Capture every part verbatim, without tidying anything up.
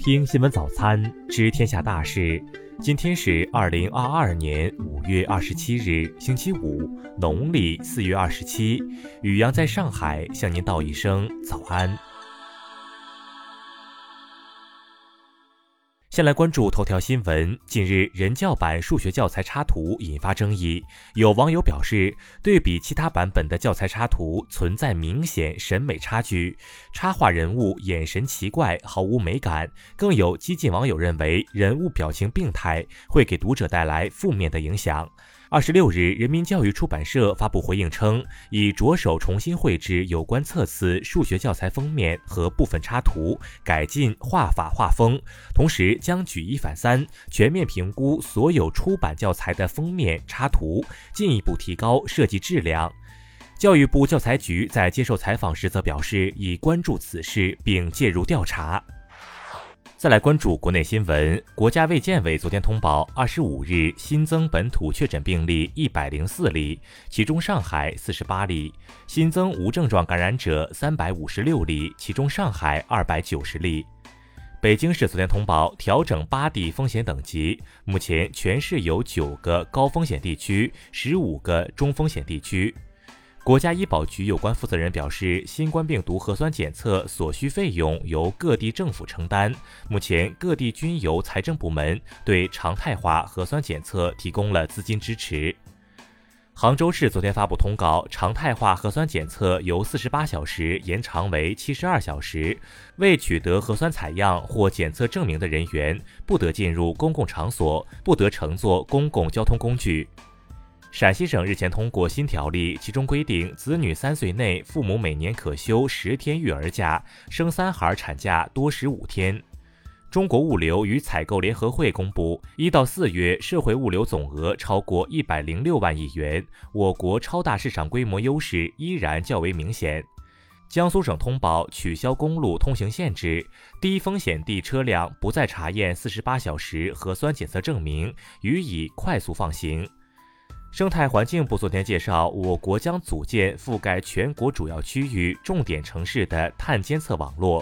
听新闻早餐，知天下大事。今天是二零二二年五月二十七日，星期五，农历四月二十七。宇阳在上海向您道一声早安。先来关注头条新闻。近日，人教版数学教材插图引发争议，有网友表示，对比其他版本的教材插图存在明显审美差距，插画人物眼神奇怪，毫无美感。更有激进网友认为，人物表情病态，会给读者带来负面的影响。二十六日，人民教育出版社发布回应称，已着手重新绘制有关册次数学教材封面和部分插图，改进画法画风，同时将举一反三，全面评估所有出版教材的封面插图，进一步提高设计质量。教育部教材局在接受采访时则表示，已关注此事并介入调查。再来关注国内新闻，国家卫健委昨天通报，二十五日新增本土确诊病例一百零四例，其中上海四十八例，新增无症状感染者三百五十六例，其中上海二百九十例。北京市昨天通报，调整八地风险等级，目前全市有九个高风险地区，十五个中风险地区。国家医保局有关负责人表示，新冠病毒核酸检测所需费用由各地政府承担，目前各地均由财政部门对常态化核酸检测提供了资金支持。杭州市昨天发布通告，常态化核酸检测由四十八小时延长为七十二小时，未取得核酸采样或检测证明的人员不得进入公共场所，不得乘坐公共交通工具。陕西省日前通过新条例，其中规定，子女三岁内，父母每年可休十天育儿假，生三孩产假多十五天。中国物流与采购联合会公布，一到四月社会物流总额超过一百零六万亿元，我国超大市场规模优势依然较为明显。江苏省通报取消公路通行限制，低风险地车辆不再查验四十八小时核酸检测证明，予以快速放行。生态环境部昨天介绍，我国将组建覆盖全国主要区域重点城市的碳监测网络。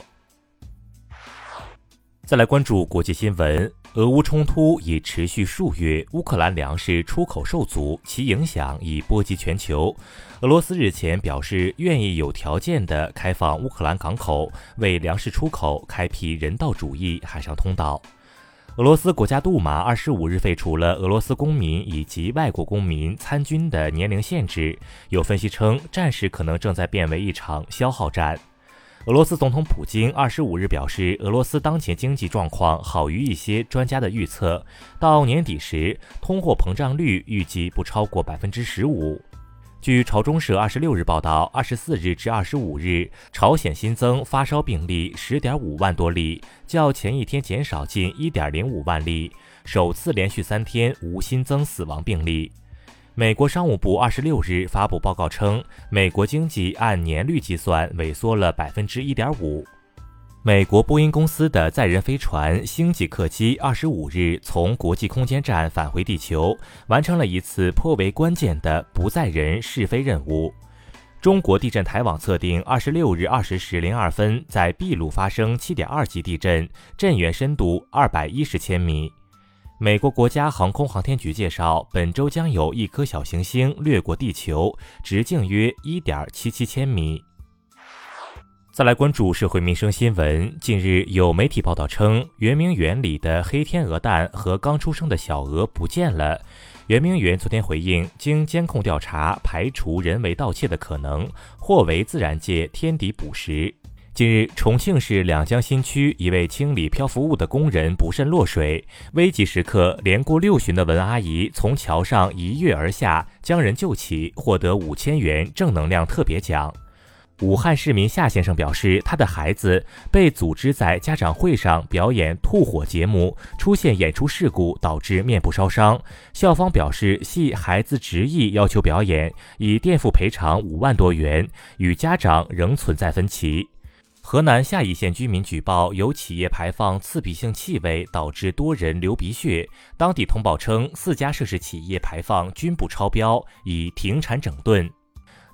再来关注国际新闻，俄乌冲突已持续数月，乌克兰粮食出口受阻，其影响已波及全球。俄罗斯日前表示，愿意有条件地开放乌克兰港口，为粮食出口开辟人道主义海上通道。俄罗斯国家杜马二十五日废除了俄罗斯公民以及外国公民参军的年龄限制。有分析称，战事可能正在变为一场消耗战。俄罗斯总统普京二十五日表示，俄罗斯当前经济状况好于一些专家的预测，到年底时，通货膨胀率预计不超过百分之十五。据朝中社二十六日报道，二十四日至二十五日，朝鲜新增发烧病例 十点五万多例，较前一天减少近 一点零五万例，首次连续三天无新增死亡病例。美国商务部二十六日发布报告称，美国经济按年率计算萎缩了 百分之一点五。美国波音公司的载人飞船星际客机二十五日从国际空间站返回地球，完成了一次颇为关键的不载人试飞任务。中国地震台网测定，二十六日二十时零二分在秘鲁发生 七点二级地震，震源深度二百一十千米。美国国家航空航天局介绍，本周将有一颗小行星掠过地球，直径约 一点七七千米。再来关注社会民生新闻。近日有媒体报道称，圆明园里的黑天鹅蛋和刚出生的小鹅不见了。圆明园昨天回应，经监控调查，排除人为盗窃的可能，或为自然界天敌捕食。近日，重庆市两江新区一位清理漂浮物的工人不慎落水，危急时刻，连过六旬的文阿姨从桥上一跃而下，将人救起，获得五千元正能量特别奖。武汉市民夏先生表示，他的孩子被组织在家长会上表演吐火节目，出现演出事故，导致面部烧伤。校方表示系孩子执意要求表演，已垫付赔偿五万多元，与家长仍存在分歧。河南夏邑县居民举报有企业排放刺鼻性气味，导致多人流鼻血。当地通报称，四家涉事企业排放均不超标，已停产整顿。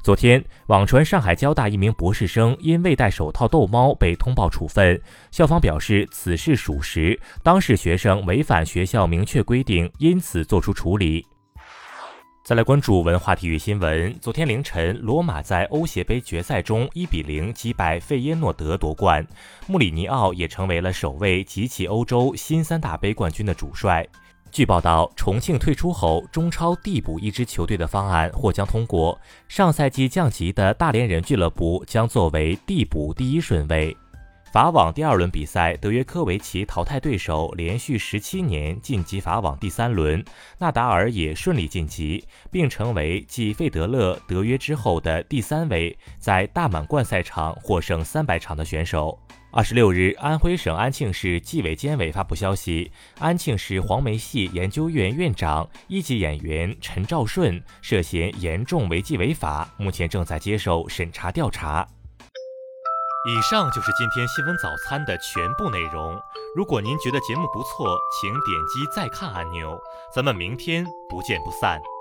昨天，网传上海交大一名博士生因未戴手套逗猫被通报处分，校方表示此事属实，当事学生违反学校明确规定，因此作出处理。再来关注文化体育新闻。昨天凌晨，罗马在欧协杯决赛中一比零击败费耶诺德夺冠，穆里尼奥也成为了首位集齐欧洲新三大杯冠军的主帅。据报道，重庆退出后，中超递补一支球队的方案或将通过，上赛季降级的大连人俱乐部将作为递补第一顺位。法网第二轮比赛，德约科维奇淘汰对手，连续十七年晋级法网第三轮，纳达尔也顺利晋级，并成为继费德勒、德约之后的第三位在大满贯赛场获胜三百场的选手。二十六日，安徽省安庆市纪委监委发布消息，安庆市黄梅戏研究院院长、一级演员陈兆顺涉嫌严重违纪违法，目前正在接受审查调查。以上就是今天新闻早餐的全部内容。如果您觉得节目不错，请点击再看按钮。咱们明天不见不散。